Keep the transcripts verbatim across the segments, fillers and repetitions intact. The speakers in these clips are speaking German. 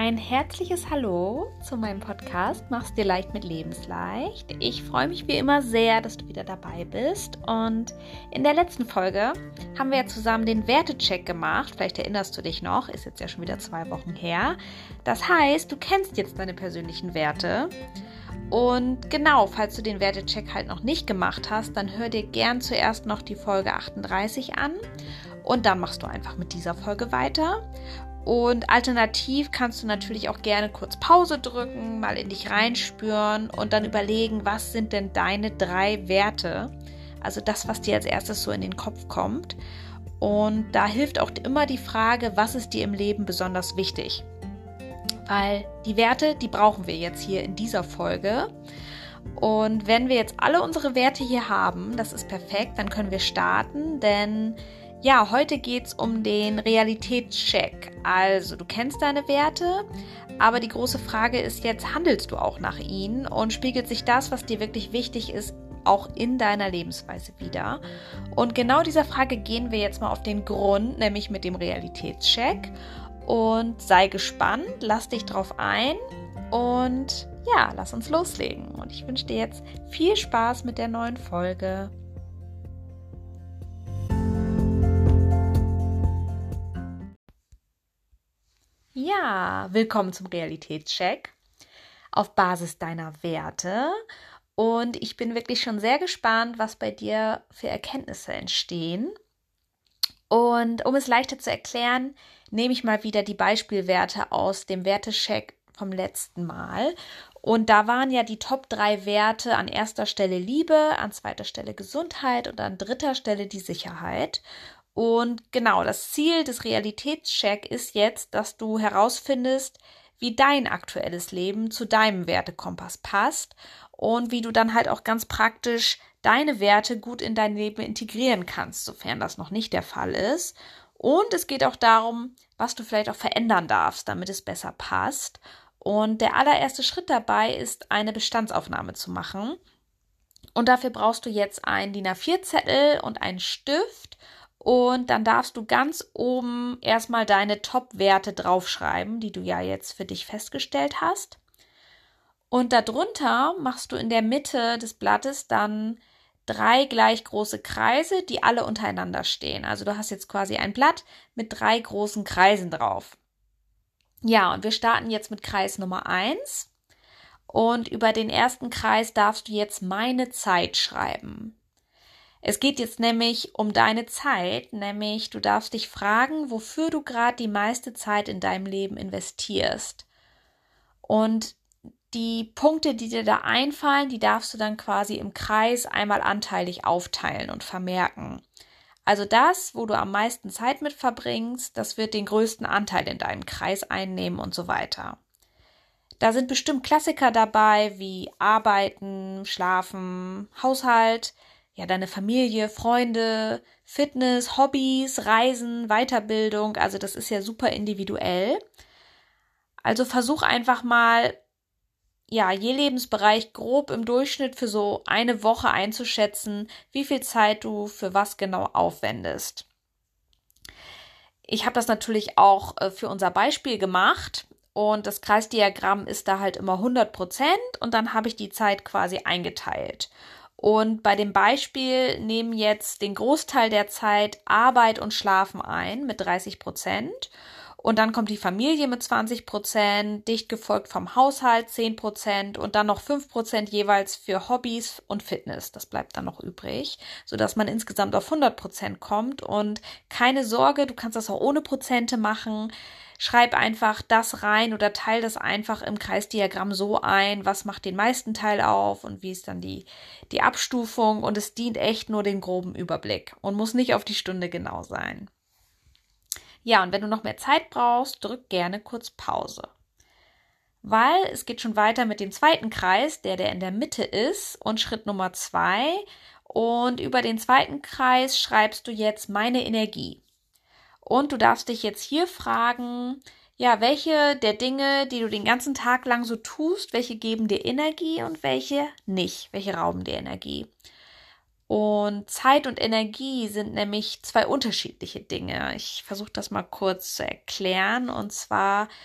Ein herzliches Hallo zu meinem Podcast Mach's dir leicht mit Lebensleicht. Ich freue mich wie immer sehr, dass du wieder dabei bist. Und in der letzten Folge haben wir ja zusammen den Wertecheck gemacht. Vielleicht erinnerst du dich noch, ist jetzt ja schon wieder zwei Wochen her. Das heißt, du kennst jetzt deine persönlichen Werte. Und genau, falls du den Wertecheck halt noch nicht gemacht hast, dann hör dir gern zuerst noch die Folge achtunddreißig an. Und dann machst du einfach mit dieser Folge weiter. Und alternativ kannst du natürlich auch gerne kurz Pause drücken, mal in dich reinspüren und dann überlegen, was sind denn deine drei Werte? Also das, was dir als erstes so in den Kopf kommt. Und da hilft auch immer die Frage, was ist dir im Leben besonders wichtig? Weil die Werte, die brauchen wir jetzt hier in dieser Folge. Und wenn wir jetzt alle unsere Werte hier haben, das ist perfekt, dann können wir starten, denn ja, heute geht es um den Realitätscheck. Also, du kennst deine Werte, aber die große Frage ist jetzt, handelst du auch nach ihnen und spiegelt sich das, was dir wirklich wichtig ist, auch in deiner Lebensweise wider? Und genau dieser Frage gehen wir jetzt mal auf den Grund, nämlich mit dem Realitätscheck. Und sei gespannt, lass dich drauf ein und ja, lass uns loslegen. Und ich wünsche dir jetzt viel Spaß mit der neuen Folge. Ja, willkommen zum Realitätscheck auf Basis deiner Werte und ich bin wirklich schon sehr gespannt, was bei dir für Erkenntnisse entstehen. Und um es leichter zu erklären, nehme ich mal wieder die Beispielwerte aus dem Wertecheck vom letzten Mal. Und da waren ja die Top drei Werte an erster Stelle Liebe, an zweiter Stelle Gesundheit und an dritter Stelle die Sicherheit. Und genau, das Ziel des Realitätschecks ist jetzt, dass du herausfindest, wie dein aktuelles Leben zu deinem Wertekompass passt und wie du dann halt auch ganz praktisch deine Werte gut in dein Leben integrieren kannst, sofern das noch nicht der Fall ist. Und es geht auch darum, was du vielleicht auch verändern darfst, damit es besser passt. Und der allererste Schritt dabei ist, eine Bestandsaufnahme zu machen. Und dafür brauchst du jetzt einen D I N A vier Zettel und einen Stift. Und dann darfst du ganz oben erstmal deine Top-Werte draufschreiben, die du ja jetzt für dich festgestellt hast. Und darunter machst du in der Mitte des Blattes dann drei gleich große Kreise, die alle untereinander stehen. Also du hast jetzt quasi ein Blatt mit drei großen Kreisen drauf. Ja, und wir starten jetzt mit Kreis Nummer eins. Und über den ersten Kreis darfst du jetzt meine Zeit schreiben. Es geht jetzt nämlich um deine Zeit, nämlich du darfst dich fragen, wofür du gerade die meiste Zeit in deinem Leben investierst. Und die Punkte, die dir da einfallen, die darfst du dann quasi im Kreis einmal anteilig aufteilen und vermerken. Also das, wo du am meisten Zeit mit verbringst, das wird den größten Anteil in deinem Kreis einnehmen und so weiter. Da sind bestimmt Klassiker dabei wie Arbeiten, Schlafen, Haushalt, ja, deine Familie, Freunde, Fitness, Hobbys, Reisen, Weiterbildung, also das ist ja super individuell. Also versuch einfach mal, ja, je Lebensbereich grob im Durchschnitt für so eine Woche einzuschätzen, wie viel Zeit du für was genau aufwendest. Ich habe das natürlich auch äh, für unser Beispiel gemacht und das Kreisdiagramm ist da halt immer hundert Prozent und dann habe ich die Zeit quasi eingeteilt. Und bei dem Beispiel nehmen jetzt den Großteil der Zeit Arbeit und Schlafen ein mit dreißig Prozent. Und dann kommt die Familie mit zwanzig Prozent, dicht gefolgt vom Haushalt zehn Prozent und dann noch fünf Prozent jeweils für Hobbys und Fitness. Das bleibt dann noch übrig, sodass man insgesamt auf hundert Prozent kommt. Und keine Sorge, du kannst das auch ohne Prozente machen. Schreib einfach das rein oder teile das einfach im Kreisdiagramm so ein, was macht den meisten Teil auf und wie ist dann die, die Abstufung. Und es dient echt nur den groben Überblick und muss nicht auf die Stunde genau sein. Ja, und wenn du noch mehr Zeit brauchst, drück gerne kurz Pause. Weil es geht schon weiter mit dem zweiten Kreis, der, der in der Mitte ist und Schritt Nummer zwei. Und über den zweiten Kreis schreibst du jetzt meine Energie. Und du darfst dich jetzt hier fragen, ja, welche der Dinge, die du den ganzen Tag lang so tust, welche geben dir Energie und welche nicht, welche rauben dir Energie. Und Zeit und Energie sind nämlich zwei unterschiedliche Dinge. Ich versuche das mal kurz zu erklären. Und zwar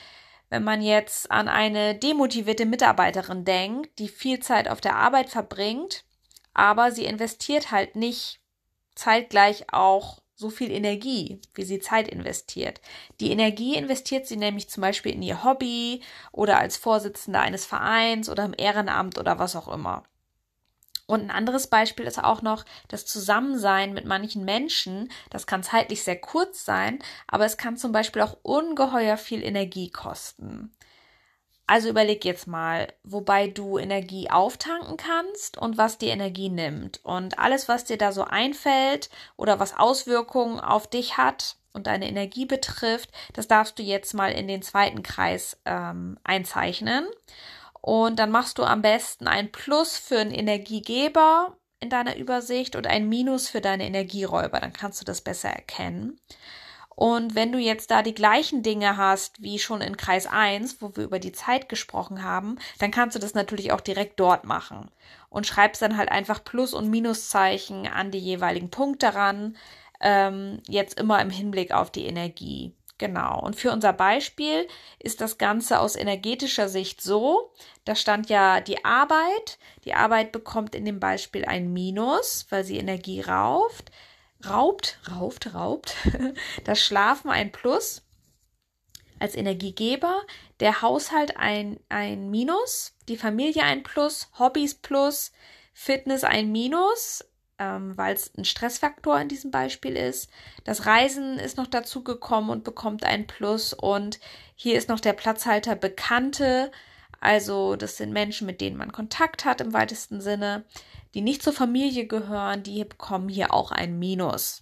wenn man jetzt an eine demotivierte Mitarbeiterin denkt, die viel Zeit auf der Arbeit verbringt, aber sie investiert halt nicht zeitgleich auch so viel Energie, wie sie Zeit investiert. Die Energie investiert sie nämlich zum Beispiel in ihr Hobby oder als Vorsitzende eines Vereins oder im Ehrenamt oder was auch immer. Und ein anderes Beispiel ist auch noch das Zusammensein mit manchen Menschen. Das kann zeitlich sehr kurz sein, aber es kann zum Beispiel auch ungeheuer viel Energie kosten. Also überleg jetzt mal, wobei du Energie auftanken kannst und was die Energie nimmt. Und alles, was dir da so einfällt oder was Auswirkungen auf dich hat und deine Energie betrifft, das darfst du jetzt mal in den zweiten Kreis ähm, einzeichnen. Und dann machst du am besten ein Plus für einen Energiegeber in deiner Übersicht und ein Minus für deine Energieräuber. Dann kannst du das besser erkennen. Und wenn du jetzt da die gleichen Dinge hast wie schon in Kreis eins, wo wir über die Zeit gesprochen haben, dann kannst du das natürlich auch direkt dort machen und schreibst dann halt einfach Plus- und Minuszeichen an die jeweiligen Punkte ran, ähm, jetzt immer im Hinblick auf die Energie. Genau. Und für unser Beispiel ist das Ganze aus energetischer Sicht so, da stand ja die Arbeit. Die Arbeit bekommt in dem Beispiel ein Minus, weil sie Energie raubt. Raubt, raubt, raubt. Das Schlafen ein Plus als Energiegeber, der Haushalt ein, ein Minus, die Familie ein Plus, Hobbys Plus, Fitness ein Minus, ähm, weil es ein Stressfaktor in diesem Beispiel ist. Das Reisen ist noch dazu gekommen und bekommt ein Plus und hier ist noch der Platzhalter Bekannte, also das sind Menschen, mit denen man Kontakt hat im weitesten Sinne, die nicht zur Familie gehören, die bekommen hier auch ein Minus.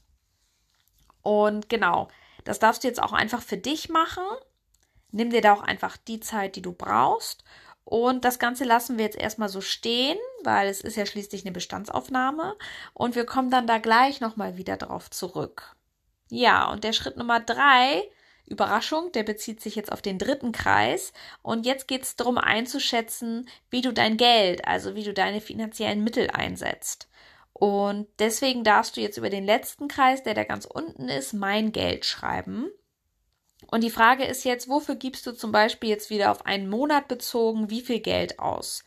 Und genau, das darfst du jetzt auch einfach für dich machen. Nimm dir da auch einfach die Zeit, die du brauchst. Und das Ganze lassen wir jetzt erstmal so stehen, weil es ist ja schließlich eine Bestandsaufnahme. Und wir kommen dann da gleich nochmal wieder drauf zurück. Ja, und der Schritt Nummer drei, Überraschung, der bezieht sich jetzt auf den dritten Kreis. Und jetzt geht es darum einzuschätzen, wie du dein Geld, also wie du deine finanziellen Mittel einsetzt. Und deswegen darfst du jetzt über den letzten Kreis, der da ganz unten ist, mein Geld schreiben. Und die Frage ist jetzt, wofür gibst du zum Beispiel jetzt wieder auf einen Monat bezogen, wie viel Geld aus?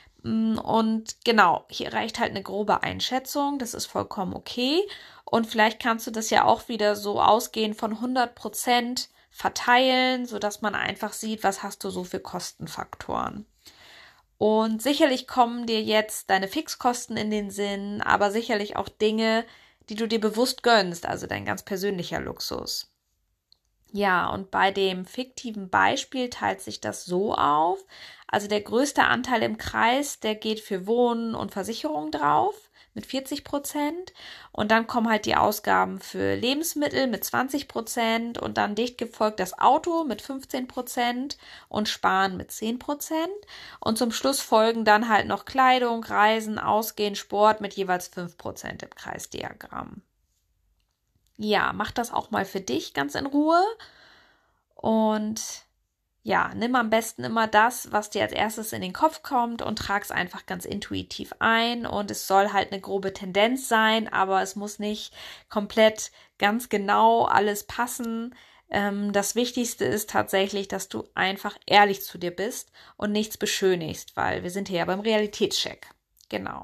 Und genau, hier reicht halt eine grobe Einschätzung, das ist vollkommen okay. Und vielleicht kannst du das ja auch wieder so ausgehend von hundert Prozent verteilen, sodass man einfach sieht, was hast du so für Kostenfaktoren. Und sicherlich kommen dir jetzt deine Fixkosten in den Sinn, aber sicherlich auch Dinge, die du dir bewusst gönnst, also dein ganz persönlicher Luxus. Ja, und bei dem fiktiven Beispiel teilt sich das so auf. Also der größte Anteil im Kreis, der geht für Wohnen und Versicherung drauf mit vierzig Prozent. Und dann kommen halt die Ausgaben für Lebensmittel mit zwanzig Prozent und dann dicht gefolgt das Auto mit fünfzehn Prozent und Sparen mit zehn Prozent. Und zum Schluss folgen dann halt noch Kleidung, Reisen, Ausgehen, Sport mit jeweils fünf Prozent im Kreisdiagramm. Ja, mach das auch mal für dich ganz in Ruhe und ja, nimm am besten immer das, was dir als erstes in den Kopf kommt und trag es einfach ganz intuitiv ein und es soll halt eine grobe Tendenz sein, aber es muss nicht komplett ganz genau alles passen. Ähm, das Wichtigste ist tatsächlich, dass du einfach ehrlich zu dir bist und nichts beschönigst, weil wir sind hier ja beim Realitätscheck. Genau.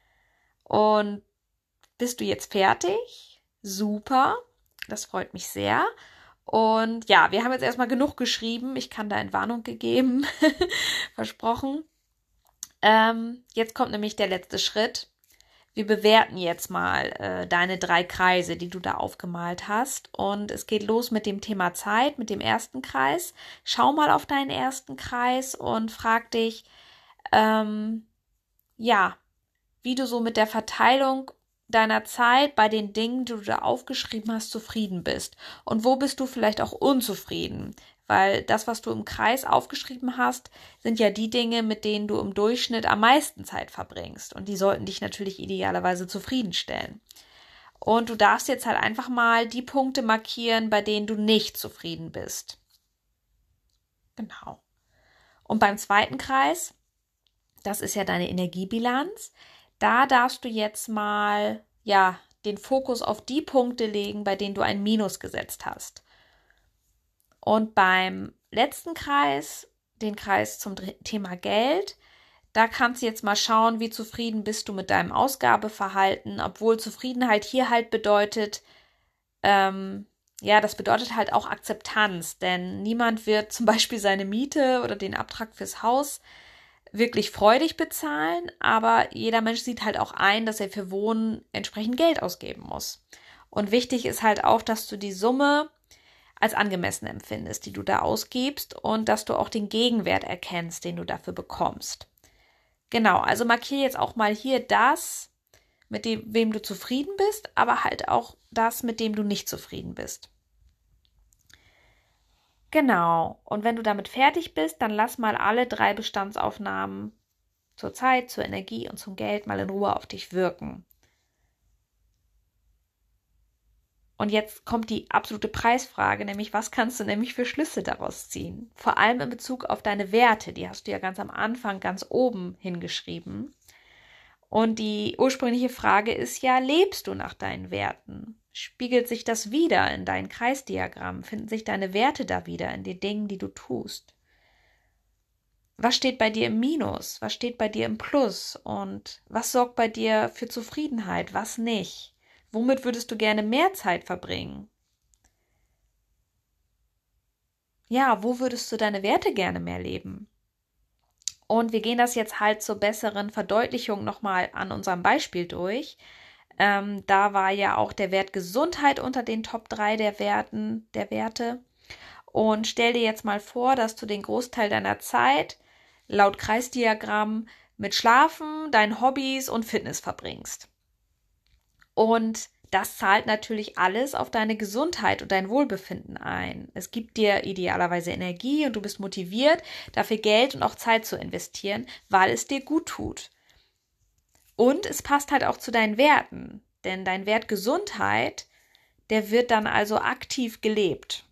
Und bist du jetzt fertig? Super, das freut mich sehr. Und ja, wir haben jetzt erstmal genug geschrieben. Ich kann da Entwarnung gegeben, versprochen. Ähm, jetzt kommt nämlich der letzte Schritt. Wir bewerten jetzt mal äh, deine drei Kreise, die du da aufgemalt hast. Und es geht los mit dem Thema Zeit, mit dem ersten Kreis. Schau mal auf deinen ersten Kreis und frag dich, ähm, ja, wie du so mit der Verteilung deiner Zeit bei den Dingen, die du da aufgeschrieben hast, zufrieden bist. Und wo bist du vielleicht auch unzufrieden? Weil das, was du im Kreis aufgeschrieben hast, sind ja die Dinge, mit denen du im Durchschnitt am meisten Zeit verbringst. Und die sollten dich natürlich idealerweise zufriedenstellen. Und du darfst jetzt halt einfach mal die Punkte markieren, bei denen du nicht zufrieden bist. Genau. Und beim zweiten Kreis, das ist ja deine Energiebilanz, da darfst du jetzt mal, ja, den Fokus auf die Punkte legen, bei denen du ein Minus gesetzt hast. Und beim letzten Kreis, den Kreis zum Thema Geld, da kannst du jetzt mal schauen, wie zufrieden bist du mit deinem Ausgabeverhalten, obwohl Zufriedenheit hier halt bedeutet, ähm, ja, das bedeutet halt auch Akzeptanz, denn niemand wird zum Beispiel seine Miete oder den Abtrag fürs Haus wirklich freudig bezahlen, aber jeder Mensch sieht halt auch ein, dass er für Wohnen entsprechend Geld ausgeben muss. Und wichtig ist halt auch, dass du die Summe als angemessen empfindest, die du da ausgibst und dass du auch den Gegenwert erkennst, den du dafür bekommst. Genau, also markiere jetzt auch mal hier das, mit dem, wem du zufrieden bist, aber halt auch das, mit dem du nicht zufrieden bist. Genau, und wenn du damit fertig bist, dann lass mal alle drei Bestandsaufnahmen zur Zeit, zur Energie und zum Geld mal in Ruhe auf dich wirken. Und jetzt kommt die absolute Preisfrage, nämlich was kannst du nämlich für Schlüsse daraus ziehen? Vor allem in Bezug auf deine Werte, die hast du ja ganz am Anfang ganz oben hingeschrieben. Und die ursprüngliche Frage ist ja, lebst du nach deinen Werten? Spiegelt sich das wieder in deinem Kreisdiagramm? Finden sich deine Werte da wieder in den Dingen, die du tust? Was steht bei dir im Minus? Was steht bei dir im Plus? Und was sorgt bei dir für Zufriedenheit? Was nicht? Womit würdest du gerne mehr Zeit verbringen? Ja, wo würdest du deine Werte gerne mehr leben? Und wir gehen das jetzt halt zur besseren Verdeutlichung nochmal an unserem Beispiel durch. Ähm, da war ja auch der Wert Gesundheit unter den Top drei der Werten, der Werte. Und stell dir jetzt mal vor, dass du den Großteil deiner Zeit laut Kreisdiagramm mit Schlafen, deinen Hobbys und Fitness verbringst. Und das zahlt natürlich alles auf deine Gesundheit und dein Wohlbefinden ein. Es gibt dir idealerweise Energie und du bist motiviert, dafür Geld und auch Zeit zu investieren, weil es dir gut tut. Und es passt halt auch zu deinen Werten, denn dein Wert Gesundheit, der wird dann also aktiv gelebt.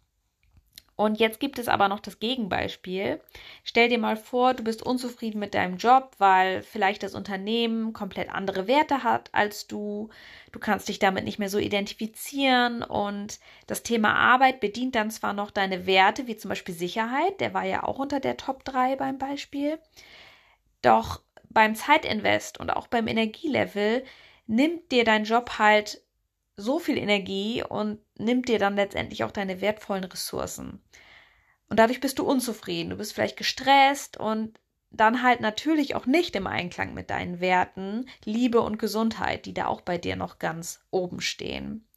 Und jetzt gibt es aber noch das Gegenbeispiel. Stell dir mal vor, du bist unzufrieden mit deinem Job, weil vielleicht das Unternehmen komplett andere Werte hat als du. Du kannst dich damit nicht mehr so identifizieren und das Thema Arbeit bedient dann zwar noch deine Werte, wie zum Beispiel Sicherheit, der war ja auch unter der Top drei beim Beispiel, doch beim Zeitinvest und auch beim Energielevel nimmt dir dein Job halt so viel Energie und nimmt dir dann letztendlich auch deine wertvollen Ressourcen. Und dadurch bist du unzufrieden, du bist vielleicht gestresst und dann halt natürlich auch nicht im Einklang mit deinen Werten, Liebe und Gesundheit, die da auch bei dir noch ganz oben stehen.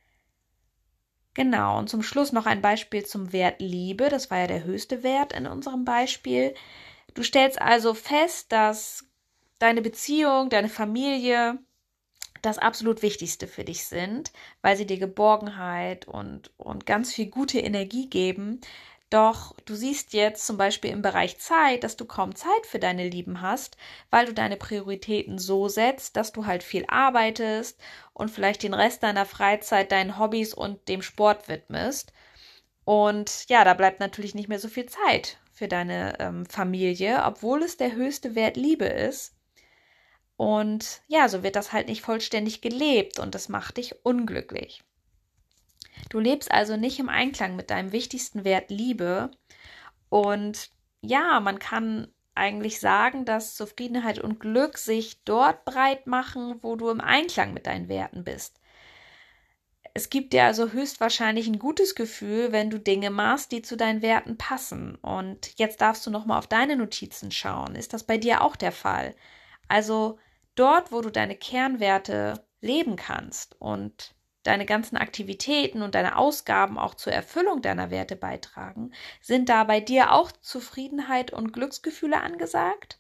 Genau, und zum Schluss noch ein Beispiel zum Wert Liebe, das war ja der höchste Wert in unserem Beispiel. Du stellst also fest, dass deine Beziehung, deine Familie das absolut Wichtigste für dich sind, weil sie dir Geborgenheit und, und ganz viel gute Energie geben. Doch du siehst jetzt zum Beispiel im Bereich Zeit, dass du kaum Zeit für deine Lieben hast, weil du deine Prioritäten so setzt, dass du halt viel arbeitest und vielleicht den Rest deiner Freizeit deinen Hobbys und dem Sport widmest. Und ja, da bleibt natürlich nicht mehr so viel Zeit für deine ähm, Familie, obwohl es der höchste Wert Liebe ist. Und ja, so wird das halt nicht vollständig gelebt und das macht dich unglücklich. Du lebst also nicht im Einklang mit deinem wichtigsten Wert Liebe. Und ja, man kann eigentlich sagen, dass Zufriedenheit und Glück sich dort breit machen, wo du im Einklang mit deinen Werten bist. Es gibt dir also höchstwahrscheinlich ein gutes Gefühl, wenn du Dinge machst, die zu deinen Werten passen. Und jetzt darfst du nochmal auf deine Notizen schauen. Ist das bei dir auch der Fall? Also dort, wo du deine Kernwerte leben kannst und deine ganzen Aktivitäten und deine Ausgaben auch zur Erfüllung deiner Werte beitragen, sind da bei dir auch Zufriedenheit und Glücksgefühle angesagt?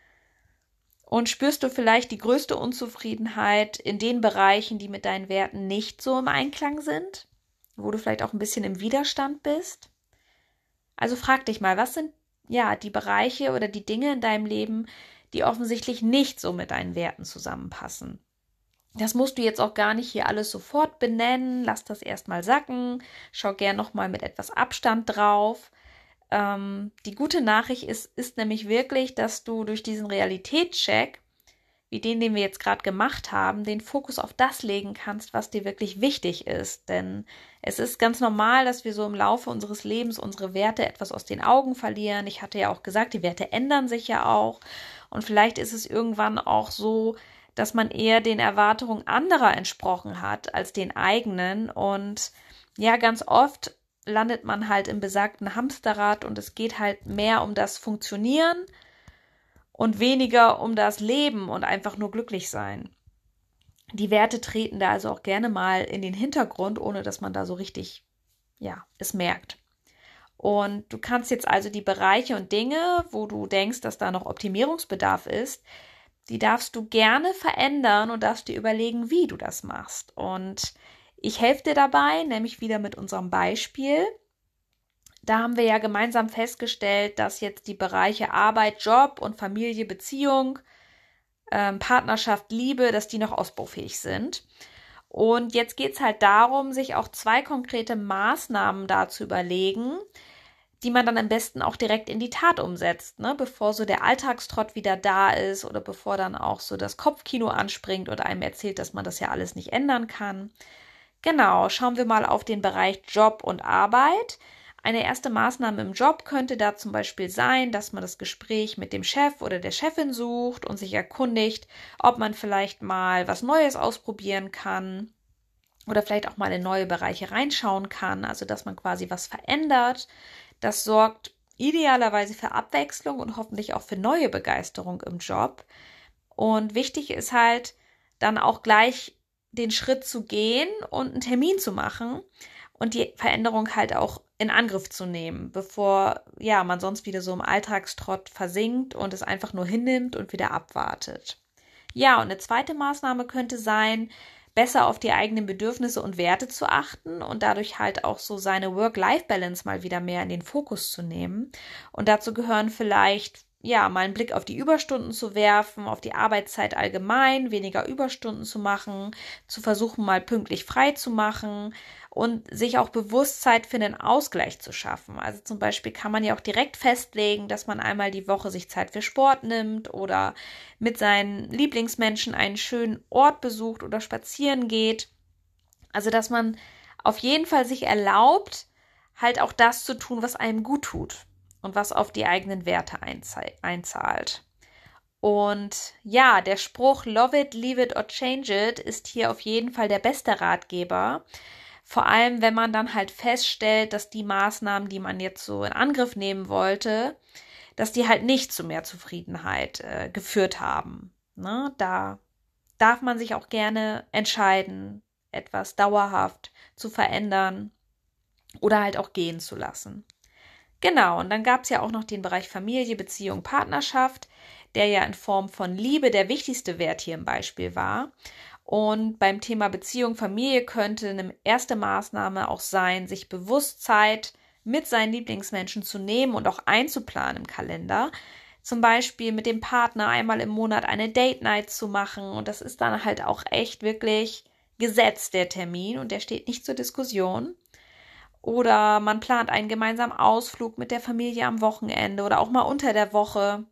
Und spürst du vielleicht die größte Unzufriedenheit in den Bereichen, die mit deinen Werten nicht so im Einklang sind, wo du vielleicht auch ein bisschen im Widerstand bist? Also frag dich mal, was sind ja die Bereiche oder die Dinge in deinem Leben, die offensichtlich nicht so mit deinen Werten zusammenpassen. Das musst du jetzt auch gar nicht hier alles sofort benennen. Lass das erstmal sacken. Schau gern nochmal mit etwas Abstand drauf. Ähm, die gute Nachricht ist, ist nämlich wirklich, dass du durch diesen Realitätscheck wie den, den wir jetzt gerade gemacht haben, den Fokus auf das legen kannst, was dir wirklich wichtig ist. Denn es ist ganz normal, dass wir so im Laufe unseres Lebens unsere Werte etwas aus den Augen verlieren. Ich hatte ja auch gesagt, die Werte ändern sich ja auch. Und vielleicht ist es irgendwann auch so, dass man eher den Erwartungen anderer entsprochen hat als den eigenen. Und ja, ganz oft landet man halt im besagten Hamsterrad und es geht halt mehr um das Funktionieren und weniger um das Leben und einfach nur glücklich sein. Die Werte treten da also auch gerne mal in den Hintergrund, ohne dass man da so richtig, ja, es merkt. Und du kannst jetzt also die Bereiche und Dinge, wo du denkst, dass da noch Optimierungsbedarf ist, die darfst du gerne verändern und darfst dir überlegen, wie du das machst. Und ich helfe dir dabei, nämlich wieder mit unserem Beispiel. Da haben wir ja gemeinsam festgestellt, dass jetzt die Bereiche Arbeit, Job und Familie, Beziehung, ähm, Partnerschaft, Liebe, dass die noch ausbaufähig sind. Und jetzt geht es halt darum, sich auch zwei konkrete Maßnahmen da zu überlegen, die man dann am besten auch direkt in die Tat umsetzt, ne? Bevor so der Alltagstrott wieder da ist oder bevor dann auch so das Kopfkino anspringt und einem erzählt, dass man das ja alles nicht ändern kann. Genau, schauen wir mal auf den Bereich Job und Arbeit. Eine erste Maßnahme im Job könnte da zum Beispiel sein, dass man das Gespräch mit dem Chef oder der Chefin sucht und sich erkundigt, ob man vielleicht mal was Neues ausprobieren kann oder vielleicht auch mal in neue Bereiche reinschauen kann, also dass man quasi was verändert. Das sorgt idealerweise für Abwechslung und hoffentlich auch für neue Begeisterung im Job. Und wichtig ist halt dann auch gleich den Schritt zu gehen und einen Termin zu machen und die Veränderung halt auch in Angriff zu nehmen, bevor ja man sonst wieder so im Alltagstrott versinkt und es einfach nur hinnimmt und wieder abwartet. Ja, und eine zweite Maßnahme könnte sein, besser auf die eigenen Bedürfnisse und Werte zu achten und dadurch halt auch so seine Work-Life-Balance mal wieder mehr in den Fokus zu nehmen. Und dazu gehören vielleicht, ja, mal einen Blick auf die Überstunden zu werfen, auf die Arbeitszeit allgemein, weniger Überstunden zu machen, zu versuchen, mal pünktlich frei zu machen und sich auch bewusst Zeit für einen Ausgleich zu schaffen. Also zum Beispiel kann man ja auch direkt festlegen, dass man einmal die Woche sich Zeit für Sport nimmt oder mit seinen Lieblingsmenschen einen schönen Ort besucht oder spazieren geht. Also dass man auf jeden Fall sich erlaubt, halt auch das zu tun, was einem gut tut und was auf die eigenen Werte einzahlt. Und ja, der Spruch Love it, leave it or change it ist hier auf jeden Fall der beste Ratgeber. Vor allem, wenn man dann halt feststellt, dass die Maßnahmen, die man jetzt so in Angriff nehmen wollte, dass die halt nicht zu mehr Zufriedenheit äh, geführt haben. Ne? Da darf man sich auch gerne entscheiden, etwas dauerhaft zu verändern oder halt auch gehen zu lassen. Genau, und dann gab es ja auch noch den Bereich Familie, Beziehung, Partnerschaft, der ja in Form von Liebe der wichtigste Wert hier im Beispiel war. Und beim Thema Beziehung, Familie könnte eine erste Maßnahme auch sein, sich bewusst Zeit mit seinen Lieblingsmenschen zu nehmen und auch einzuplanen im Kalender. Zum Beispiel mit dem Partner einmal im Monat eine Date Night zu machen. Und das ist dann halt auch echt wirklich gesetzt, der Termin, und der steht nicht zur Diskussion. Oder man plant einen gemeinsamen Ausflug mit der Familie am Wochenende oder auch mal unter der Woche.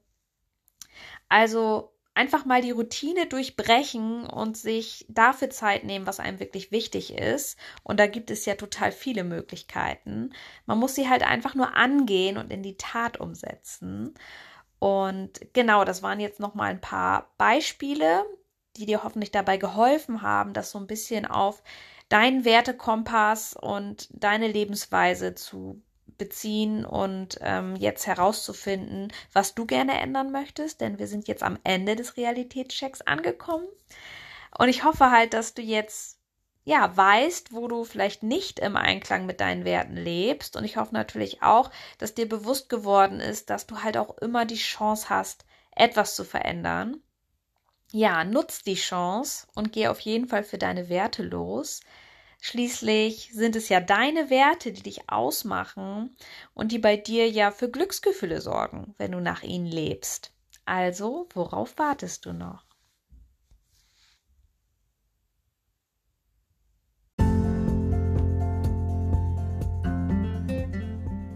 Also einfach mal die Routine durchbrechen und sich dafür Zeit nehmen, was einem wirklich wichtig ist. Und da gibt es ja total viele Möglichkeiten. Man muss sie halt einfach nur angehen und in die Tat umsetzen. Und genau, das waren jetzt nochmal ein paar Beispiele, die dir hoffentlich dabei geholfen haben, das so ein bisschen auf deinen Wertekompass und deine Lebensweise zu beziehen und ähm, jetzt herauszufinden, was du gerne ändern möchtest, denn wir sind jetzt am Ende des Realitätschecks angekommen. Und ich hoffe halt, dass du jetzt ja weißt, wo du vielleicht nicht im Einklang mit deinen Werten lebst. Und ich hoffe natürlich auch, dass dir bewusst geworden ist, dass du halt auch immer die Chance hast, etwas zu verändern. Ja, nutz die Chance und geh auf jeden Fall für deine Werte los. Schließlich sind es ja deine Werte, die dich ausmachen und die bei dir ja für Glücksgefühle sorgen, wenn du nach ihnen lebst. Also, worauf wartest du noch?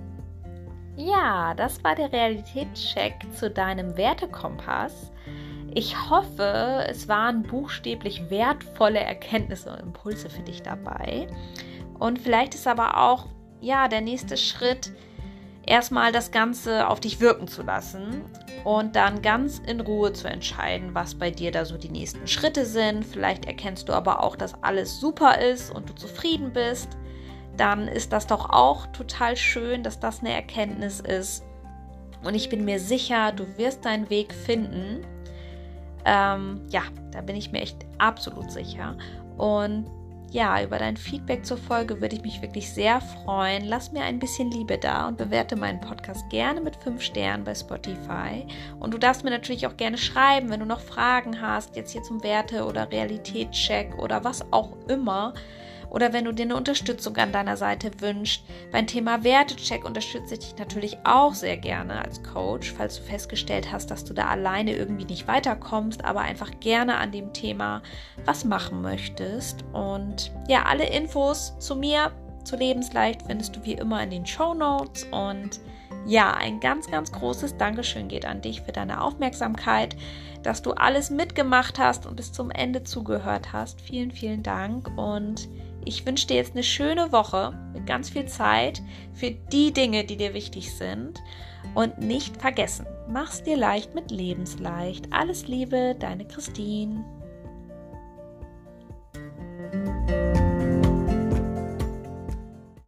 Ja, das war der Realitätscheck zu deinem Wertekompass. Ich hoffe, es waren buchstäblich wertvolle Erkenntnisse und Impulse für dich dabei. Und vielleicht ist aber auch ja, der nächste Schritt, erstmal das Ganze auf dich wirken zu lassen und dann ganz in Ruhe zu entscheiden, was bei dir da so die nächsten Schritte sind. Vielleicht erkennst du aber auch, dass alles super ist und du zufrieden bist. Dann ist das doch auch total schön, dass das eine Erkenntnis ist. Und ich bin mir sicher, du wirst deinen Weg finden. Ähm, ja, da bin ich mir echt absolut sicher. Und ja, über dein Feedback zur Folge würde ich mich wirklich sehr freuen. Lass mir ein bisschen Liebe da und bewerte meinen Podcast gerne mit fünf Sternen bei Spotify. Und du darfst mir natürlich auch gerne schreiben, wenn du noch Fragen hast, jetzt hier zum Werte- oder Realitätscheck oder was auch immer. Oder wenn du dir eine Unterstützung an deiner Seite wünschst. Beim Thema Wertecheck unterstütze ich dich natürlich auch sehr gerne als Coach, falls du festgestellt hast, dass du da alleine irgendwie nicht weiterkommst, aber einfach gerne an dem Thema was machen möchtest. Und ja, alle Infos zu mir, zu Lebensleicht, findest du wie immer in den Shownotes. Und ja, ein ganz, ganz großes Dankeschön geht an dich für deine Aufmerksamkeit, dass du alles mitgemacht hast und bis zum Ende zugehört hast. Vielen, vielen Dank und ich wünsche dir jetzt eine schöne Woche mit ganz viel Zeit für die Dinge, die dir wichtig sind. Und nicht vergessen, mach's dir leicht mit Lebensleicht. Alles Liebe, deine Christine.